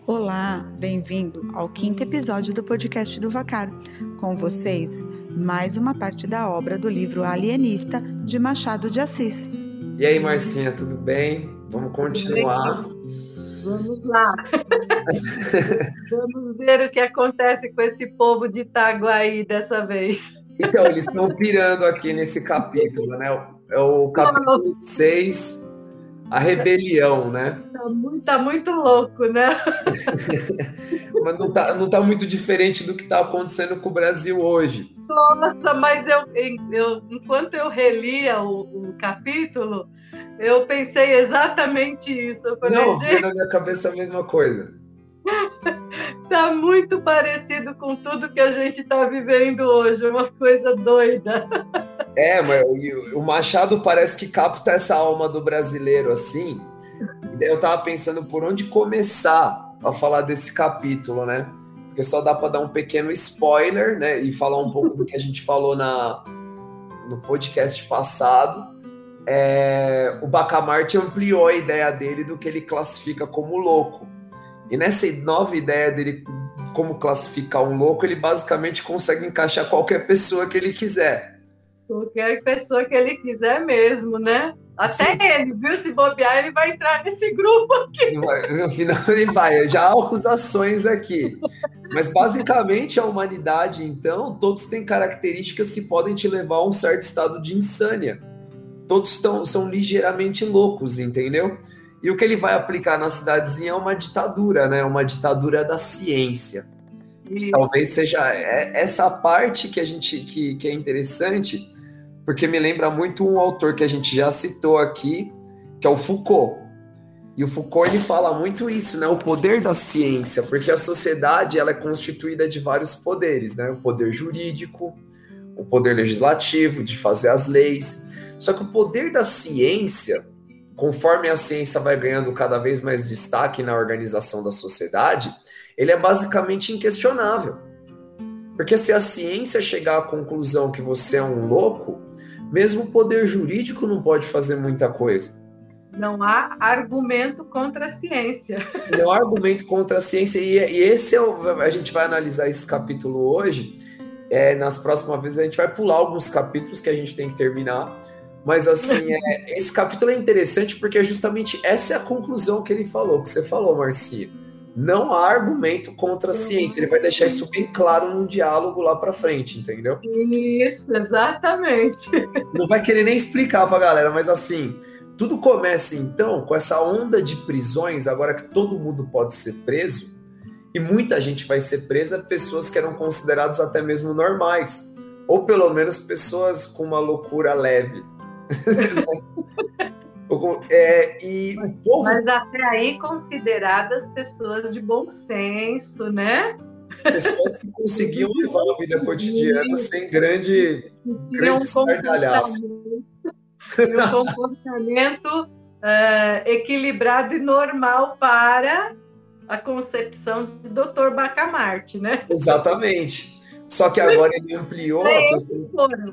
Olá, bem-vindo ao 5º episódio do podcast do Vacaro. Com vocês, mais uma parte da obra do livro Alienista, de Machado de Assis. E aí, Marcinha, tudo bem? Vamos continuar. Vamos lá. Vamos ver o que acontece com esse povo de Itaguaí dessa vez. Então, eles estão pirando aqui nesse capítulo, né? É o capítulo 6, a rebelião, né? Tá muito louco, né? Mas não tá muito diferente do que está acontecendo com o Brasil hoje. Nossa, mas enquanto eu relia o capítulo, eu pensei exatamente isso. Eu falei, Não, veio na minha cabeça a mesma coisa. Tá muito parecido com tudo que a gente está vivendo hoje, uma coisa doida. Mas o Machado parece que capta essa alma do brasileiro, assim. E daí eu tava pensando por onde começar a falar desse capítulo, né? Porque só dá para dar um pequeno spoiler, né? E falar um pouco do que a gente falou no podcast passado. O Bacamarte ampliou a ideia dele do que ele classifica como louco. E nessa nova ideia dele como classificar um louco, ele basicamente consegue encaixar qualquer pessoa que ele quiser. Qualquer pessoa que ele quiser mesmo, né? Até Sim. Ele, viu? Se bobear, ele vai entrar nesse grupo aqui. No final ele vai. Já há acusações aqui. Mas basicamente a humanidade, então, todos têm características que podem te levar a um certo estado de insânia. Todos são ligeiramente loucos, entendeu? E o que ele vai aplicar na cidadezinha é uma ditadura, né? Uma ditadura da ciência. Que talvez seja essa parte que é interessante, porque me lembra muito um autor que a gente já citou aqui, que é o Foucault. E o Foucault, ele fala muito isso, né? O poder da ciência, porque a sociedade ela é constituída de vários poderes, né? O poder jurídico, o poder legislativo, de fazer as leis. Só que o poder da ciência, conforme a ciência vai ganhando cada vez mais destaque na organização da sociedade, ele é basicamente inquestionável. Porque se a ciência chegar à conclusão que você é um louco, mesmo o poder jurídico não pode fazer muita coisa. Não há argumento contra a ciência. Não há argumento contra a ciência. E esse a gente vai analisar esse capítulo hoje. Nas próximas vezes a gente vai pular alguns capítulos que a gente tem que terminar. Mas assim, esse capítulo é interessante porque justamente essa é a conclusão que ele falou, que você falou, Marcia. Não há argumento contra a ciência. Ele vai deixar isso bem claro num diálogo lá pra frente, entendeu? Isso, exatamente. Não vai querer nem explicar pra galera, mas assim, tudo começa então com essa onda de prisões, agora que todo mundo pode ser preso, e muita gente vai ser presa, pessoas que eram consideradas até mesmo normais, ou pelo menos pessoas com uma loucura leve. E o povo... Mas até aí consideradas pessoas de bom senso, né? Pessoas que conseguiam levar uma vida cotidiana sem grande estardalhaço. Um comportamento equilibrado e normal para a concepção do Dr. Bacamarte, né? Exatamente. Só que agora ele ampliou a questão...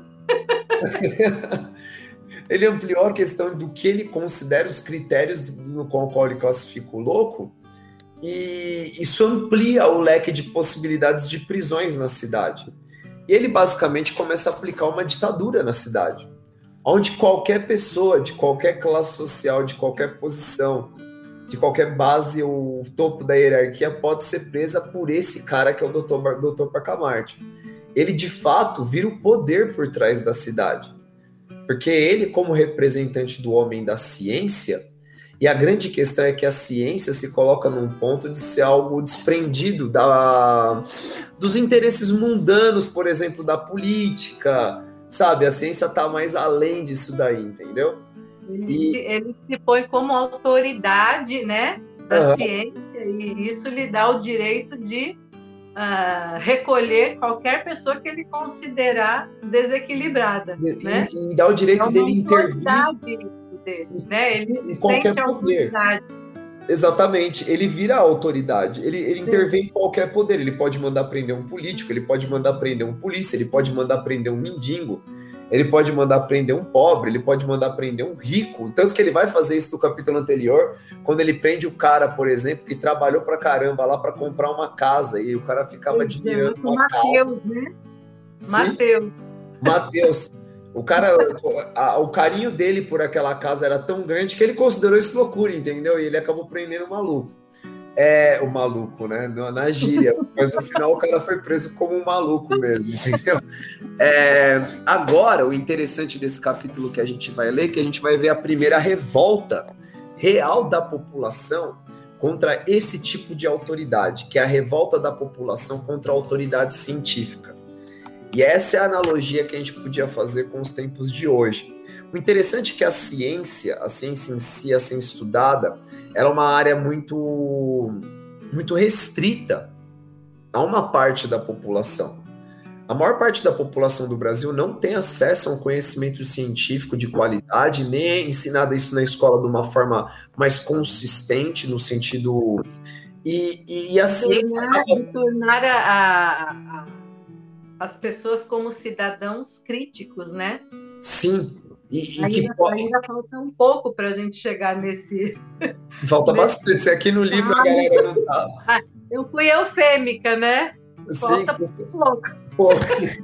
Ele ampliou a questão do que ele considera os critérios no qual ele classifica o louco, e isso amplia o leque de possibilidades de prisões na cidade. E ele basicamente começa a aplicar uma ditadura na cidade, onde qualquer pessoa, de qualquer classe social, de qualquer posição, de qualquer base ou topo da hierarquia, pode ser presa por esse cara que é o Dr. Bacamarte. Ele, de fato, vira o poder por trás da cidade. Porque ele, como representante do homem da ciência, e a grande questão é que a ciência se coloca num ponto de ser algo desprendido dos interesses mundanos, por exemplo, da política, sabe? A ciência está mais além disso daí, entendeu? Ele se põe como autoridade, né, da ciência, e isso lhe dá o direito de recolher qualquer pessoa que ele considerar desequilibrada, né? E dá o direito dele intervir né? Ele em qualquer poder. Exatamente, ele vira a autoridade, ele intervém em qualquer poder, ele pode mandar prender um político, ele pode mandar prender um polícia, ele pode mandar prender um mendigo, Ele pode mandar prender um pobre, ele pode mandar prender um rico. Tanto que ele vai fazer isso no capítulo anterior, quando ele prende o cara, por exemplo, que trabalhou pra caramba lá para comprar uma casa, e o cara ficava admirando uma casa. Né? Mateus. O carinho dele por aquela casa era tão grande que ele considerou isso loucura, entendeu? E ele acabou prendendo o maluco. O maluco, né? Na gíria. Mas no final o cara foi preso como um maluco mesmo, entendeu? Agora, o interessante desse capítulo que a gente vai ler, que a gente vai ver a primeira revolta real da população contra esse tipo de autoridade, que é a revolta da população contra a autoridade científica. E essa é a analogia que a gente podia fazer com os tempos de hoje. O interessante é que a ciência em si, a ciência estudada, ela é uma área muito restrita a uma parte da população. A maior parte da população do Brasil não tem acesso a um conhecimento científico de qualidade, nem é ensinado isso na escola de uma forma mais consistente, no sentido... E a ciência... tornar as pessoas como cidadãos críticos, né? Sim. Ainda falta um pouco para a gente chegar nesse... Falta bastante. Se aqui no livro a galera não tá... Eu fui eufêmica, né? Falta pouco.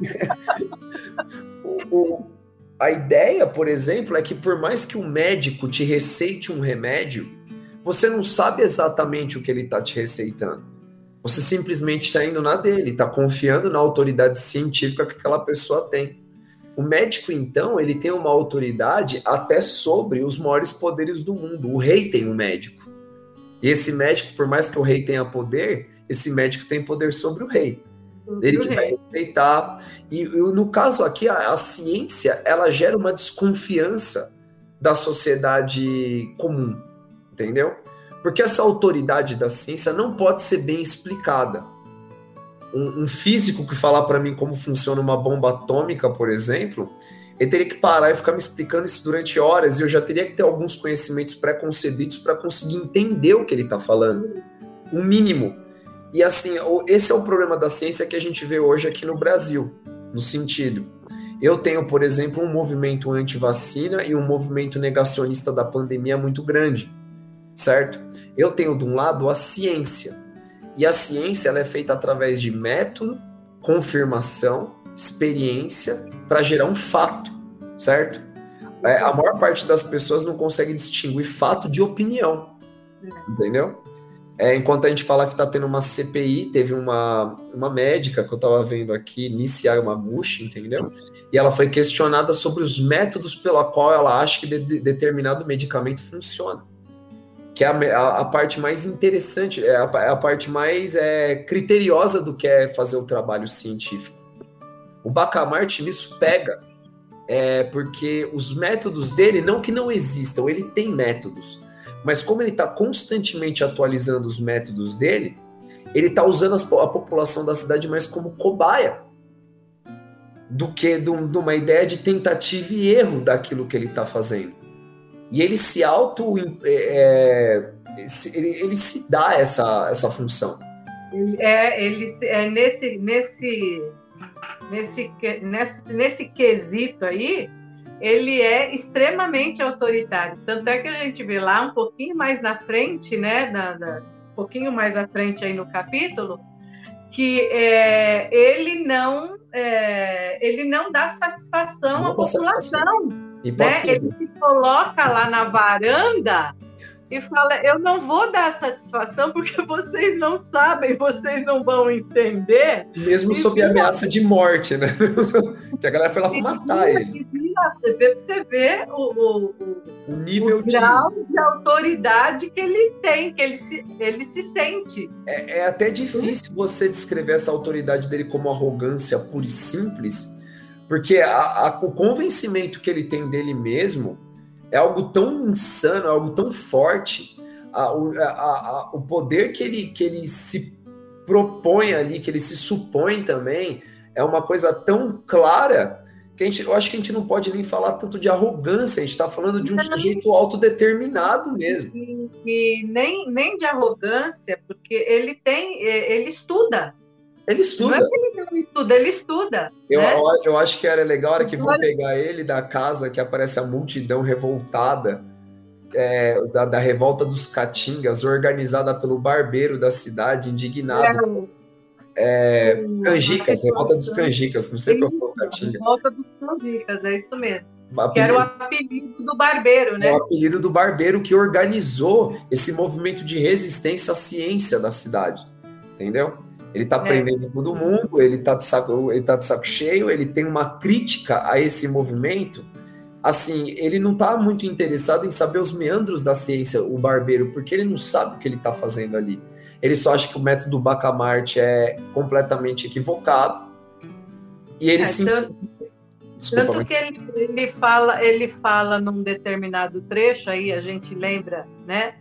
A ideia, por exemplo, é que por mais que o médico te receite um remédio, você não sabe exatamente o que ele está te receitando. Você simplesmente está indo na dele, está confiando na autoridade científica que aquela pessoa tem. O médico, então, ele tem uma autoridade até sobre os maiores poderes do mundo. O rei tem um médico. E esse médico, por mais que o rei tenha poder, esse médico tem poder sobre o rei. Ele que vai receitar. E no caso aqui, a ciência, ela gera uma desconfiança da sociedade comum, entendeu? Porque essa autoridade da ciência não pode ser bem explicada. Um físico que falar para mim como funciona uma bomba atômica, por exemplo, ele teria que parar e ficar me explicando isso durante horas, e eu já teria que ter alguns conhecimentos pré-concebidos para conseguir entender o que ele está falando. Um mínimo. E assim, esse é o problema da ciência que a gente vê hoje aqui no Brasil, no sentido... Eu tenho, por exemplo, um movimento anti-vacina e um movimento negacionista da pandemia muito grande, certo? Eu tenho, de um lado, a ciência. E a ciência ela é feita através de método, confirmação, experiência, para gerar um fato, certo? A maior parte das pessoas não consegue distinguir fato de opinião, entendeu? Enquanto a gente fala que está tendo uma CPI, teve uma médica que eu estava vendo aqui, Nissi Yamaguchi, entendeu? E ela foi questionada sobre os métodos pela qual ela acha que determinado medicamento funciona. Que é a parte mais interessante, é a parte mais criteriosa do que é fazer o trabalho científico. O Bacamarte nisso pega, porque os métodos dele, não que não existam, ele tem métodos. Mas como ele está constantemente atualizando os métodos dele, ele está usando a população da cidade mais como cobaia do que de uma ideia de tentativa e erro daquilo que ele está fazendo. E ele se ele se dá essa função. Nesse quesito aí, ele é extremamente autoritário. Tanto é que a gente vê lá um pouquinho mais na frente, né, um pouquinho mais à frente aí no capítulo, que ele não dá satisfação à população. Né? Ele se coloca lá na varanda e fala, eu não vou dar satisfação porque vocês não sabem, vocês não vão entender. Mesmo sob ameaça de morte, né? Que a galera foi lá para matar ele. Você vê o nível o grau de autoridade que ele tem, que ele se sente. É até difícil você descrever essa autoridade dele como arrogância pura e simples, porque o convencimento que ele tem dele mesmo é algo tão insano, é algo tão forte, o poder que ele se propõe ali, que ele se supõe também, é uma coisa tão clara que eu acho que a gente não pode nem falar tanto de arrogância, a gente está falando de um sujeito autodeterminado mesmo. E nem de arrogância, porque ele estuda. Ele estuda. Não é que ele não estuda, ele estuda. Eu acho que era legal a hora que vão pegar ele da casa, que aparece a multidão revoltada, da revolta dos Caatingas, organizada pelo barbeiro da cidade, indignado. Canjicas, revolta dos Canjicas, não sei qual foi o Caatinga. Revolta dos Canjicas, é isso mesmo. Que era o apelido do barbeiro, né? O apelido do barbeiro que organizou esse movimento de resistência à ciência da cidade, entendeu? Ele tá prendendo todo mundo, ele tá de saco cheio, ele tem uma crítica a esse movimento. Assim, ele não tá muito interessado em saber os meandros da ciência, o barbeiro, porque ele não sabe o que ele tá fazendo ali. Ele só acha que o método Bacamarte é completamente equivocado. E ele Tanto que ele fala num determinado trecho, aí a gente lembra, né,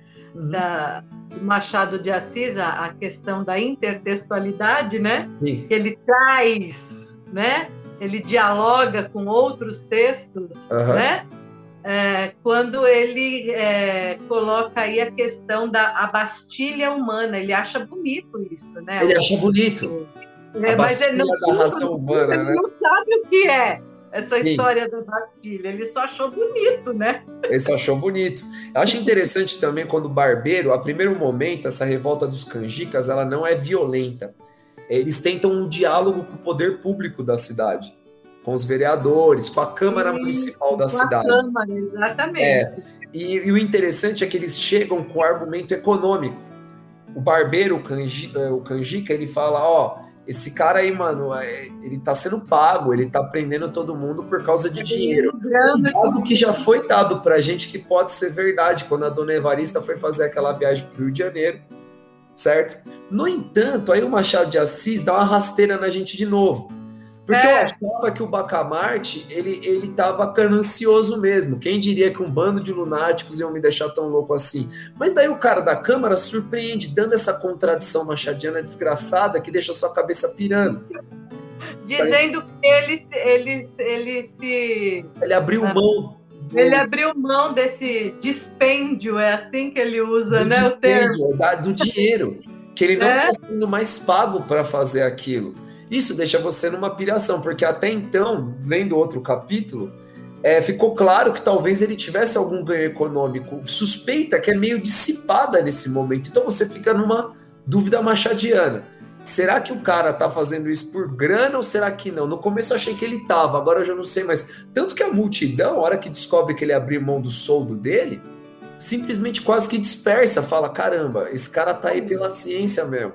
do Machado de Assis, a questão da intertextualidade, né, que ele traz, né, ele dialoga com outros textos, né, quando ele coloca aí a questão da Bastilha humana, ele acha bonito isso, né? Ele acha bonito. Mas ele da razão humana, ele não sabe o que é essa história da Bastilha, ele só achou bonito, né? Ele só achou bonito. Eu acho interessante também quando o barbeiro, a primeiro momento, essa revolta dos canjicas, ela não é violenta. Eles tentam um diálogo com o poder público da cidade, com os vereadores, com a Câmara Municipal da cidade. Com a Câmara, exatamente. E o interessante é que eles chegam com argumento econômico. O barbeiro, o canjica, ele fala, esse cara aí, mano, ele tá sendo pago, ele tá prendendo todo mundo por causa de dinheiro. Um dado que já foi dado pra gente que pode ser verdade, quando a dona Evarista foi fazer aquela viagem pro Rio de Janeiro, certo? No entanto, aí o Machado de Assis dá uma rasteira na gente de novo. Porque eu achava que o Bacamarte, ele tava ganancioso mesmo. Quem diria que um bando de lunáticos iam me deixar tão louco assim? Mas daí o cara da Câmara surpreende, dando essa contradição machadiana desgraçada que deixa a sua cabeça pirando. Dizendo que ele abriu mão. Ele abriu mão desse dispêndio, é assim que ele usa, né? O termo. Do dinheiro. Que ele não está sendo mais pago para fazer aquilo. Isso deixa você numa piração, porque até então, lendo outro capítulo, ficou claro que talvez ele tivesse algum ganho econômico, suspeita que é meio dissipada nesse momento. Então você fica numa dúvida machadiana. Será que o cara tá fazendo isso por grana ou será que não? No começo eu achei que ele tava, agora eu já não sei mais. Tanto que a multidão, a hora que descobre que ele abriu mão do soldo dele, simplesmente quase que dispersa, fala, caramba, esse cara tá aí pela ciência mesmo.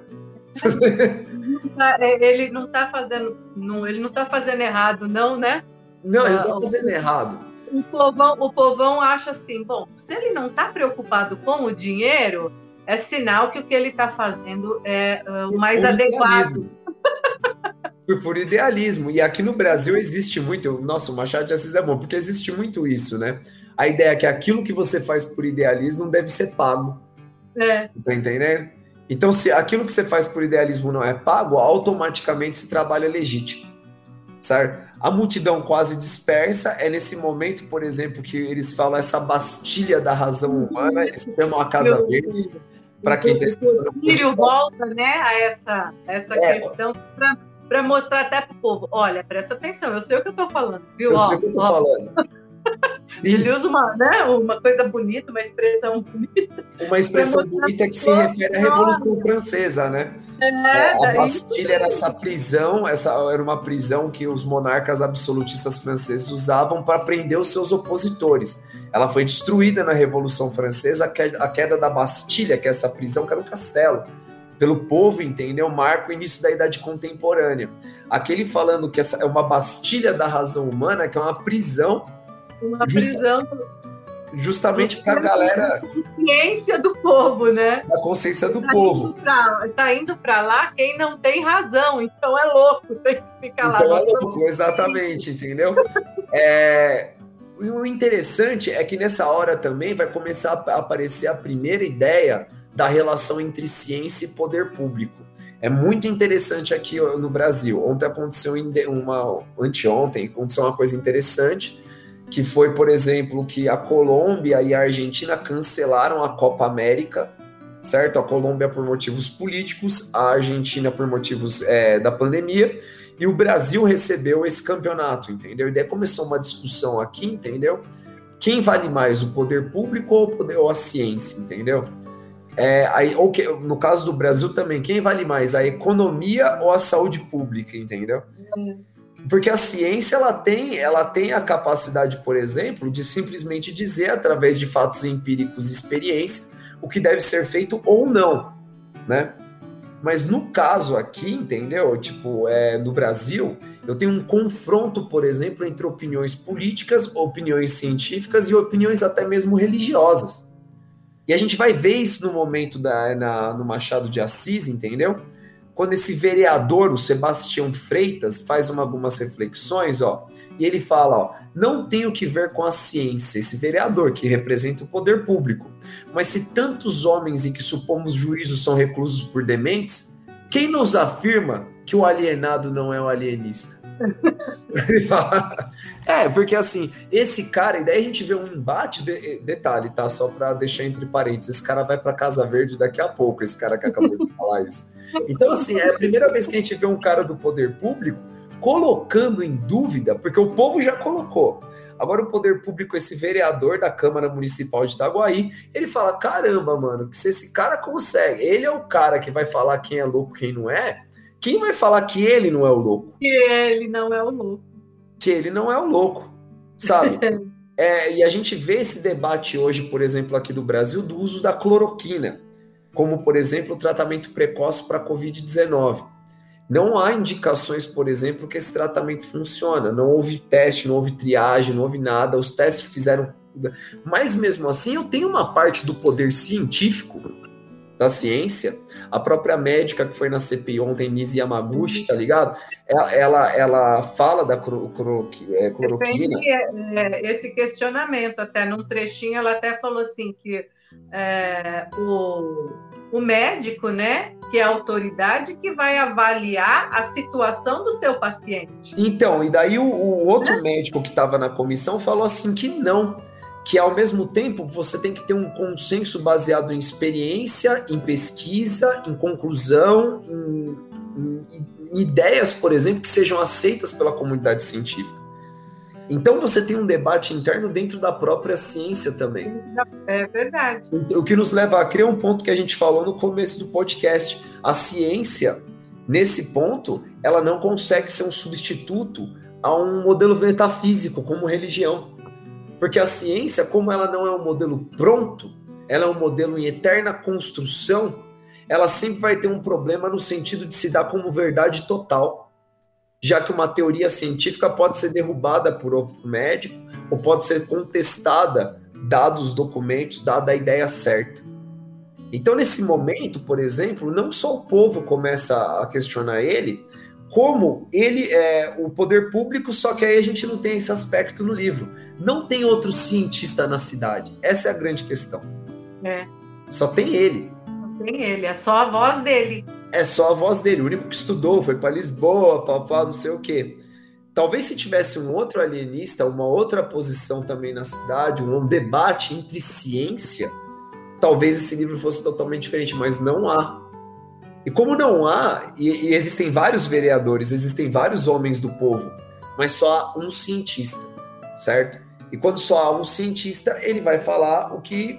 Ele não tá fazendo errado, não, né? Não, ele tá fazendo errado. O povão acha assim, bom, se ele não tá preocupado com o dinheiro, é sinal que o que ele tá fazendo é o mais adequado. Por idealismo. E aqui no Brasil existe muito, nossa, o Machado de Assis é bom, porque existe muito isso, né? A ideia é que aquilo que você faz por idealismo não deve ser pago. Tá entendendo? Então, se aquilo que você faz por idealismo não é pago, automaticamente esse trabalho é legítimo, certo? A multidão quase dispersa, é nesse momento, por exemplo, que eles falam essa Bastilha da razão humana, eles chamam a Casa Verde, para quem está estudando. O Círio volta, né, a essa questão para mostrar até para o povo, olha, presta atenção, eu sei o que eu estou falando, viu? Eu sei o que eu estou falando. Ele usa uma coisa bonita, uma expressão bonita. Uma expressão bonita que se refere à Revolução Francesa, né? A Bastilha era essa prisão, era uma prisão que os monarcas absolutistas franceses usavam para prender os seus opositores. Ela foi destruída na Revolução Francesa, a queda da Bastilha, que é essa prisão que era um castelo, pelo povo, entendeu? Marca o início da Idade Contemporânea. Aquele falando que essa é uma Bastilha da razão humana, que é uma prisão. Uma prisão justamente para a galera. A consciência do povo, né? A consciência do povo. Tá indo para lá quem não tem razão, então é louco, tem que ficar lá. Então é louco, exatamente, entendeu? O interessante é que nessa hora também vai começar a aparecer a primeira ideia da relação entre ciência e poder público. É muito interessante aqui no Brasil. Anteontem aconteceu uma coisa interessante, que foi, por exemplo, que a Colômbia e a Argentina cancelaram a Copa América, certo? A Colômbia por motivos políticos, a Argentina por motivos da pandemia, e o Brasil recebeu esse campeonato, entendeu? E daí começou uma discussão aqui, entendeu? Quem vale mais, o poder público ou a ciência, entendeu? No caso do Brasil também, quem vale mais, a economia ou a saúde pública, entendeu? Porque a ciência, ela tem a capacidade, por exemplo, de simplesmente dizer, através de fatos empíricos e experiência, o que deve ser feito ou não, né? Mas no caso aqui, entendeu? No Brasil, eu tenho um confronto, por exemplo, entre opiniões políticas, opiniões científicas e opiniões até mesmo religiosas. E a gente vai ver isso no momento no Machado de Assis, entendeu? Quando esse vereador, o Sebastião Freitas, faz algumas reflexões, e ele fala, não tem o que ver com a ciência, esse vereador que representa o poder público. Mas se tantos homens em que supomos juízos são reclusos por dementes, quem nos afirma que o alienado não é o alienista? Ele fala, porque assim, esse cara, e daí a gente vê um embate, detalhe, tá? Só para deixar entre parênteses, esse cara vai para Casa Verde daqui a pouco, esse cara que acabou de falar isso. Então, assim, é a primeira vez que a gente vê um cara do poder público colocando em dúvida, porque o povo já colocou. Agora o poder público, esse vereador da Câmara Municipal de Itaguaí, ele fala, caramba, mano, que se esse cara consegue, ele é o cara que vai falar quem é louco, quem não é, quem vai falar que ele não é o louco? Que ele não é o louco. Que ele não é o louco, sabe? E a gente vê esse debate hoje, por exemplo, aqui do Brasil, do uso da cloroquina, como, por exemplo, o tratamento precoce para a Covid-19. Não há indicações, por exemplo, que esse tratamento funciona. Não houve teste, não houve triagem, não houve nada. Os testes que fizeram... Mas, mesmo assim, eu tenho uma parte do poder científico da ciência. A própria médica que foi na CPI ontem, Nise Yamaguchi, tá ligado? Ela fala da cloroquina. Tem esse questionamento, até num trechinho, ela até falou assim que o médico, né, que é a autoridade que vai avaliar a situação do seu paciente. Então, e daí o outro médico que estava na comissão falou assim que não, que ao mesmo tempo você tem que ter um consenso baseado em experiência, em pesquisa, em conclusão, em ideias, por exemplo, que sejam aceitas pela comunidade científica. Então você tem um debate interno dentro da própria ciência também. É verdade. O que nos leva a criar um ponto que a gente falou no começo do podcast. A ciência, nesse ponto, ela não consegue ser um substituto a um modelo metafísico como religião. Porque a ciência, como ela não é um modelo pronto, ela é um modelo em eterna construção, ela sempre vai ter um problema no sentido de se dar como verdade total. Já que uma teoria científica pode ser derrubada por outro médico ou pode ser contestada, dados os documentos, dada a ideia certa. Então, nesse momento, por exemplo, não só o povo começa a questionar ele, como ele é o poder público, só que aí a gente não tem esse aspecto no livro. Não tem outro cientista na cidade. Essa é a grande questão. Só tem ele. Tem ele, é só a voz dele. É só a voz dele, o único que estudou, foi para Lisboa, papá, não sei o quê. Talvez se tivesse um outro alienista, uma outra posição também na cidade, um debate entre ciência, talvez esse livro fosse totalmente diferente, mas não há. E como não há, e existem vários vereadores, existem vários homens do povo, mas só há um cientista, certo? E quando só há um cientista, ele vai falar o que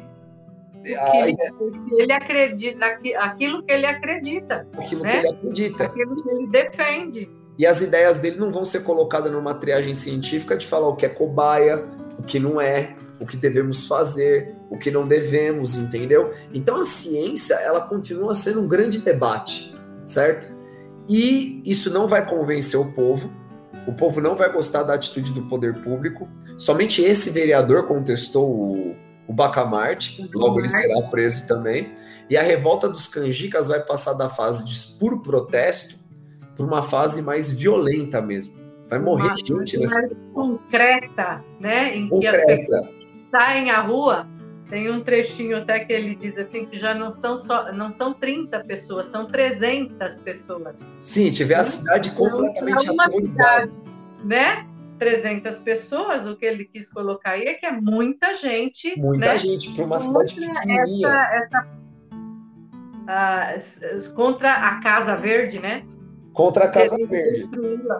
ele acredita, aquilo que ele acredita. Aquilo que ele acredita. Aquilo que ele defende. E as ideias dele não vão ser colocadas numa triagem científica de falar o que é cobaia, o que não é, o que devemos fazer, o que não devemos, entendeu? Então a ciência, ela continua sendo um grande debate, certo? E isso não vai convencer o povo não vai gostar da atitude do poder público. Somente esse vereador contestou o Bacamarte, logo ele será preso também. E a revolta dos canjicas vai passar da fase de puro protesto para uma fase mais violenta mesmo. Vai morrer gente nessa... mais concreta, né? Em que as pessoas saem à rua. Tem um trechinho até que ele diz assim que já não são 30 pessoas, são 300 pessoas. Sim, tiver a cidade completamente aterrorizada. Né? 300 pessoas, o que ele quis colocar aí é que é muita gente. Muita gente, para uma cidade pequenininha. contra a Casa Verde, né? Contra a Casa Verde.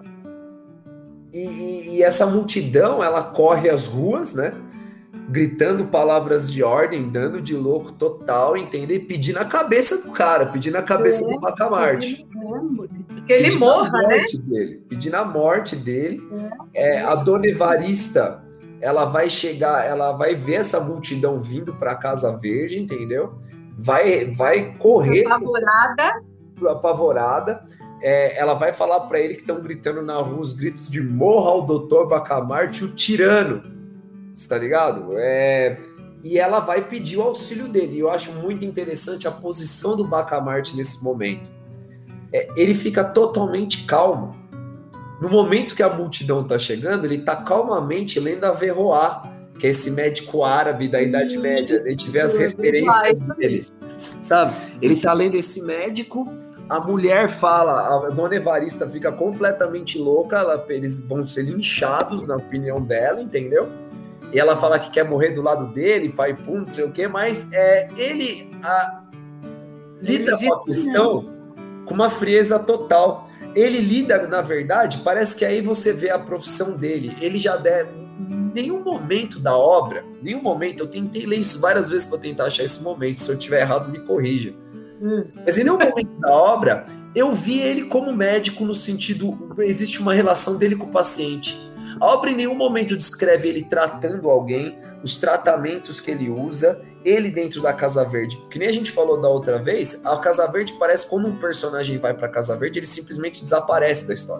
E essa multidão, ela corre as ruas, né? Gritando palavras de ordem, dando de louco total, entendeu? E pedindo a cabeça do cara, pedindo a cabeça do Bacamarte. Que ele morra, né? Pedindo a morte dele. A Dona Evarista, ela vai chegar, ela vai ver essa multidão vindo para a Casa Verde, entendeu? Vai correr. Apavorada. Ela vai falar para ele que estão gritando na rua os gritos de morra ao Dr. Bacamarte, o tirano. Você tá ligado? E ela vai pedir o auxílio dele. E eu acho muito interessante a posição do Bacamarte nesse momento. Ele fica totalmente calmo. No momento que a multidão tá chegando, ele tá calmamente lendo Averroá, que é esse médico árabe da Idade Média. A gente vê as referências dele, sabe? Ele tá lendo esse médico, a mulher fala, a Dona Evarista fica completamente louca, eles vão ser linchados, na opinião dela, entendeu? E ela fala que quer morrer do lado dele, pai pum, não sei o quê, mas ele lida com a questão com uma frieza total. Ele lida, na verdade, parece que aí você vê a profissão dele. Ele já deve, em nenhum momento da obra, nenhum momento, eu tentei ler isso várias vezes para tentar achar esse momento, se eu estiver errado, me corrija. Mas em nenhum momento da obra, eu vi ele como médico no sentido, existe uma relação dele com o paciente. A obra em nenhum momento descreve ele tratando alguém, os tratamentos que ele usa, ele dentro da Casa Verde. Que nem a gente falou da outra vez, a Casa Verde parece quando um personagem vai pra Casa Verde, ele simplesmente desaparece da história.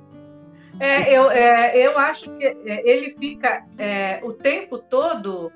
Eu acho que ele fica o tempo todo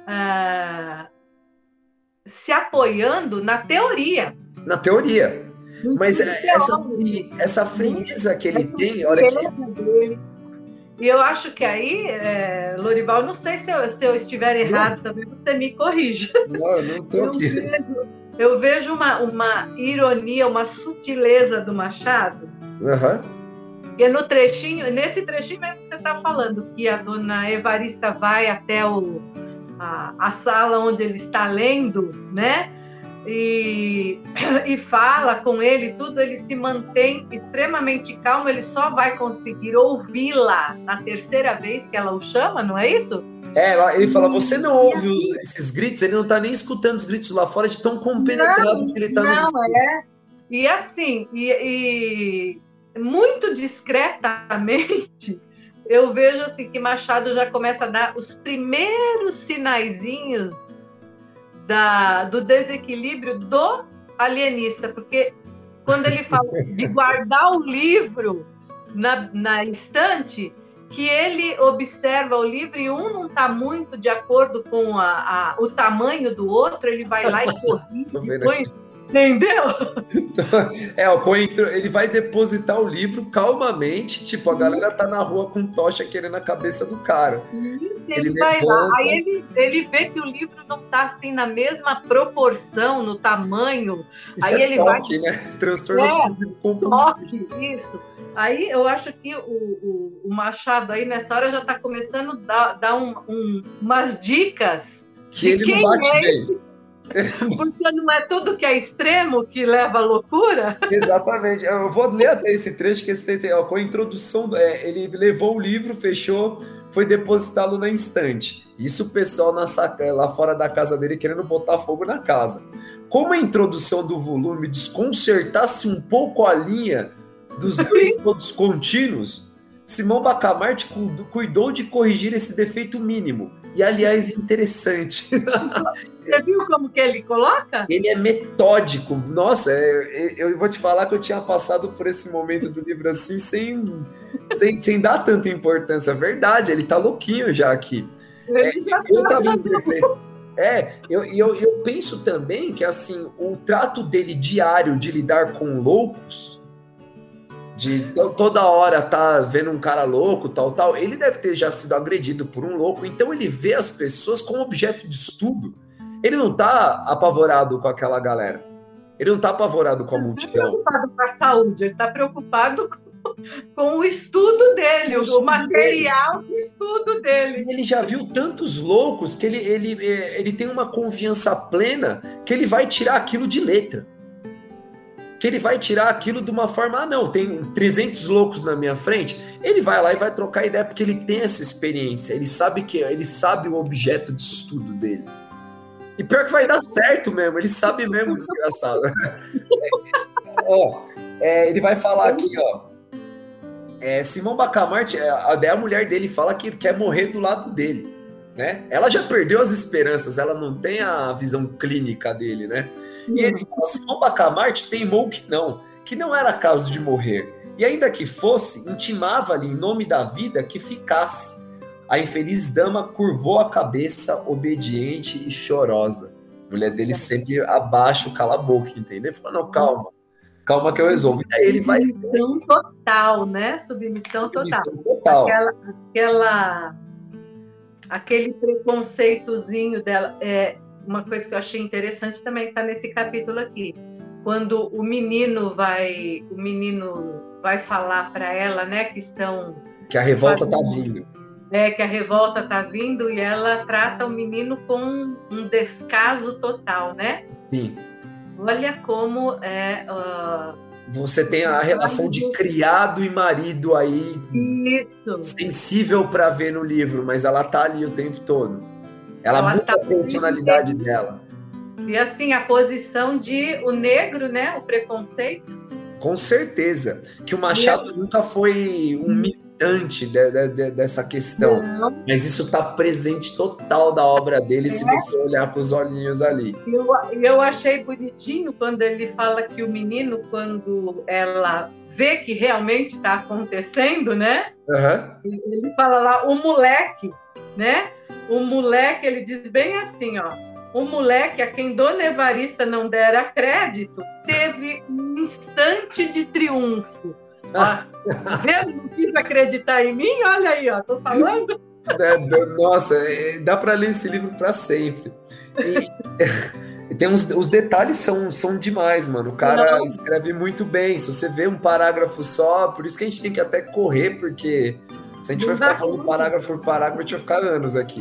se apoiando na teoria. Na teoria. Mas essa frieza que ele tem, olha que... E eu acho que aí, Lorival, não sei se eu estiver errado também, você me corrija. Não, eu não estou aqui. Eu vejo uma ironia, uma sutileza do Machado. E nesse trechinho mesmo que você está falando, que a Dona Evarista vai até a sala onde ele está lendo, né? E fala com ele, tudo, ele se mantém extremamente calmo, ele só vai conseguir ouvi-la na terceira vez que ela o chama, não é isso? Ele fala, você não ouve esses gritos, ele não tá nem escutando os gritos lá fora de tão compenetrado que ele tá nos... E assim, e muito discretamente, eu vejo assim que Machado já começa a dar os primeiros sinaizinhos do desequilíbrio do alienista, porque quando ele fala de guardar o livro na estante, que ele observa o livro e um não está muito de acordo com o tamanho do outro, ele vai lá e corrige, entendeu? Ele vai depositar o livro calmamente, tipo, a galera tá na rua com tocha querendo a cabeça do cara. Ele vai lá, aí ele vê que o livro não tá assim na mesma proporção, no tamanho. Isso aí ele toque, vai, né? Transtorno obsessivo compulsivo. Isso. Aí eu acho que o Machado aí nessa hora já tá começando a dar umas dicas que ele não bate bem. Porque não é tudo que é extremo que leva à loucura? Exatamente. Eu vou ler até esse trecho, que esse trecho, com a introdução, ele levou o livro, fechou, foi depositá-lo na estante. Isso o pessoal lá fora da casa dele querendo botar fogo na casa. Como a introdução do volume desconcertasse um pouco a linha dos dois todos contínuos, Simão Bacamarte cuidou de corrigir esse defeito mínimo. E, aliás, interessante. Você viu como que ele coloca? Ele é metódico. Nossa, eu vou te falar que eu tinha passado por esse momento do livro assim, sem dar tanta importância. Verdade, ele tá louquinho já aqui. Eu tava interpretando. Eu penso também que assim, o trato dele diário de lidar com loucos, de toda hora tá vendo um cara louco, tal, ele deve ter já sido agredido por um louco, então ele vê as pessoas como objeto de estudo. Ele não tá apavorado com aquela galera. Ele não tá apavorado com a multidão. Ele não tá preocupado com a saúde, ele tá preocupado com o estudo dele, o material do estudo dele. Ele já viu tantos loucos que ele tem uma confiança plena que ele vai tirar aquilo de letra. que ele vai tirar aquilo de uma forma, não, tem 300 loucos na minha frente, ele vai lá e vai trocar ideia, porque ele tem essa experiência, ele sabe o objeto de estudo dele. E pior que vai dar certo mesmo, ele sabe mesmo, desgraçado. Ele vai falar aqui, Simão Bacamarte, a mulher dele fala que quer morrer do lado dele, né? Ela já perdeu as esperanças, ela não tem a visão clínica dele, né? E ele fala, Simão Bacamarte teimou que não era caso de morrer. E ainda que fosse, intimava-lhe em nome da vida que ficasse. A infeliz dama curvou a cabeça, obediente e chorosa. A mulher dele sempre abaixa o cala-boca, entendeu? Ele falou, não, calma que eu resolvo. E aí ele vai... Submissão total, né? Submissão total. Aquele preconceitozinho dela... Uma coisa que eu achei interessante também está nesse capítulo aqui. Quando o menino vai falar para ela, né, que a revolta está vindo. Que a revolta está vindo, e ela trata o menino com um descaso total, né? Sim. Olha como você tem a relação de criado e marido aí. Isso. Sensível para ver no livro, mas ela tá ali o tempo todo. Ela muda a personalidade dela. E assim, a posição de o negro, né? O preconceito. Com certeza. Que o Machado nunca foi um militante dessa questão. Não. Mas isso está presente total da obra dele, se você olhar com os olhinhos ali. Eu achei bonitinho quando ele fala que o menino, quando ela vê que realmente está acontecendo, né? Uhum. Ele fala lá, o moleque, né? O moleque, ele diz bem assim, o moleque a quem Dona Evarista não dera crédito, teve um instante de triunfo. Ele não quis acreditar em mim? Olha aí, tô falando. Nossa, dá para ler esse livro para sempre. E tem os detalhes são demais, mano. O cara escreve muito bem. Se você vê um parágrafo só, por isso que a gente tem que até correr, porque se a gente for ficar falando parágrafo por parágrafo, a gente vai ficar anos aqui.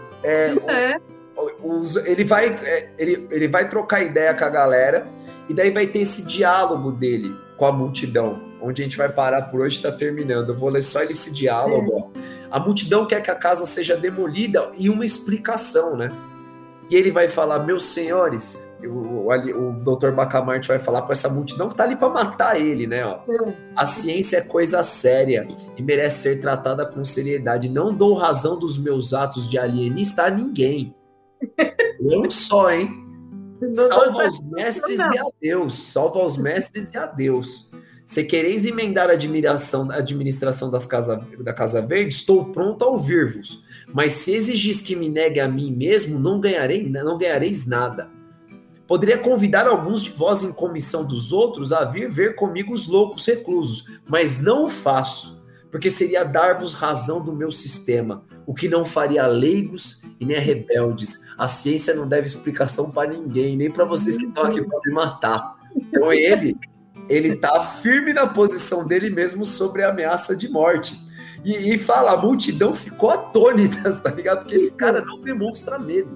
Ele vai trocar ideia com a galera, e daí vai ter esse diálogo dele com a multidão, onde a gente vai parar por hoje, está terminando. Eu vou ler só esse diálogo. A multidão quer que a casa seja demolida e uma explicação, né? E ele vai falar, meus senhores, o Dr. Bacamarte vai falar com essa multidão que tá ali para matar ele, né? A ciência é coisa séria e merece ser tratada com seriedade. Não dou razão dos meus atos de alienista a ninguém. Não só, hein? Salva os mestres e a Deus. Salva os mestres e a Deus. Se quereis emendar a administração da Casa Verde, estou pronto a ouvir-vos. Mas se exigis que me negue a mim mesmo, não ganhareis nada. Poderia convidar alguns de vós em comissão dos outros a vir ver comigo os loucos reclusos, mas não o faço, porque seria dar-vos razão do meu sistema, o que não faria a leigos e nem a rebeldes. A ciência não deve explicação para ninguém, nem para vocês que estão aqui para me matar. Então ele tá firme na posição dele mesmo sobre a ameaça de morte. E fala, a multidão ficou atônita, tá ligado? Porque esse cara não demonstra medo.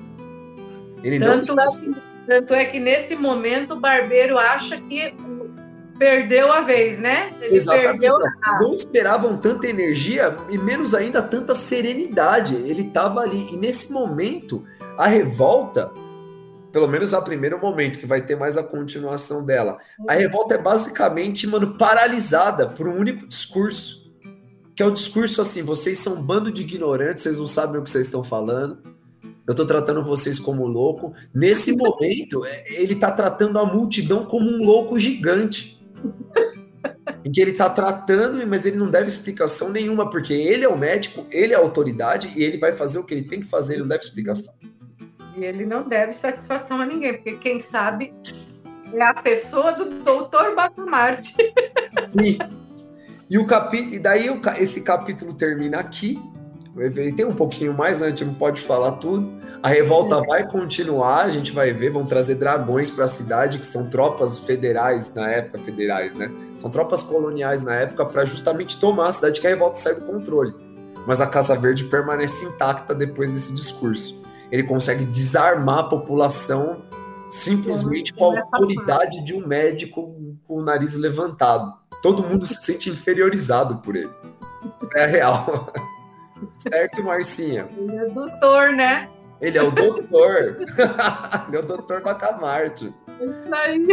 Tanto é que nesse momento o barbeiro acha que perdeu a vez, né? Ele exatamente. Não esperavam tanta energia e menos ainda tanta serenidade. Ele tava ali. E nesse momento, a revolta, pelo menos a primeiro momento, que vai ter mais a continuação dela, a revolta é basicamente, paralisada por um único discurso. Que é o discurso assim, vocês são um bando de ignorantes, vocês não sabem o que vocês estão falando, eu tô tratando vocês como louco. Nesse momento, ele tá tratando a multidão como um louco gigante. Em que ele tá tratando, mas ele não deve explicação nenhuma, porque ele é o médico, ele é a autoridade, e ele vai fazer o que ele tem que fazer, ele não deve explicação. E ele não deve satisfação a ninguém, porque quem sabe é a pessoa do Dr. Bacamarte. Sim. E daí esse capítulo termina aqui. Ele tem um pouquinho mais, né? A gente não pode falar tudo. A revolta vai continuar, a gente vai ver, vão trazer dragões para a cidade, que são tropas federais na época, né? São tropas coloniais na época para justamente tomar a cidade, que a revolta sai do controle. Mas a Casa Verde permanece intacta depois desse discurso. Ele consegue desarmar a população simplesmente com a autoridade de um médico com o nariz levantado. Todo mundo se sente inferiorizado por ele. Isso é real. Certo, Marcinha? Ele é doutor, né? Ele é o doutor. Ele é o doutor Bacamarte. Isso aí.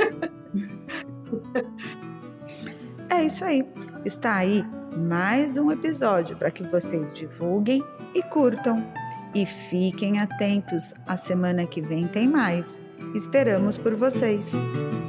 É isso aí. Está aí mais um episódio para que vocês divulguem e curtam. E fiquem atentos, a semana que vem tem mais. Esperamos por vocês!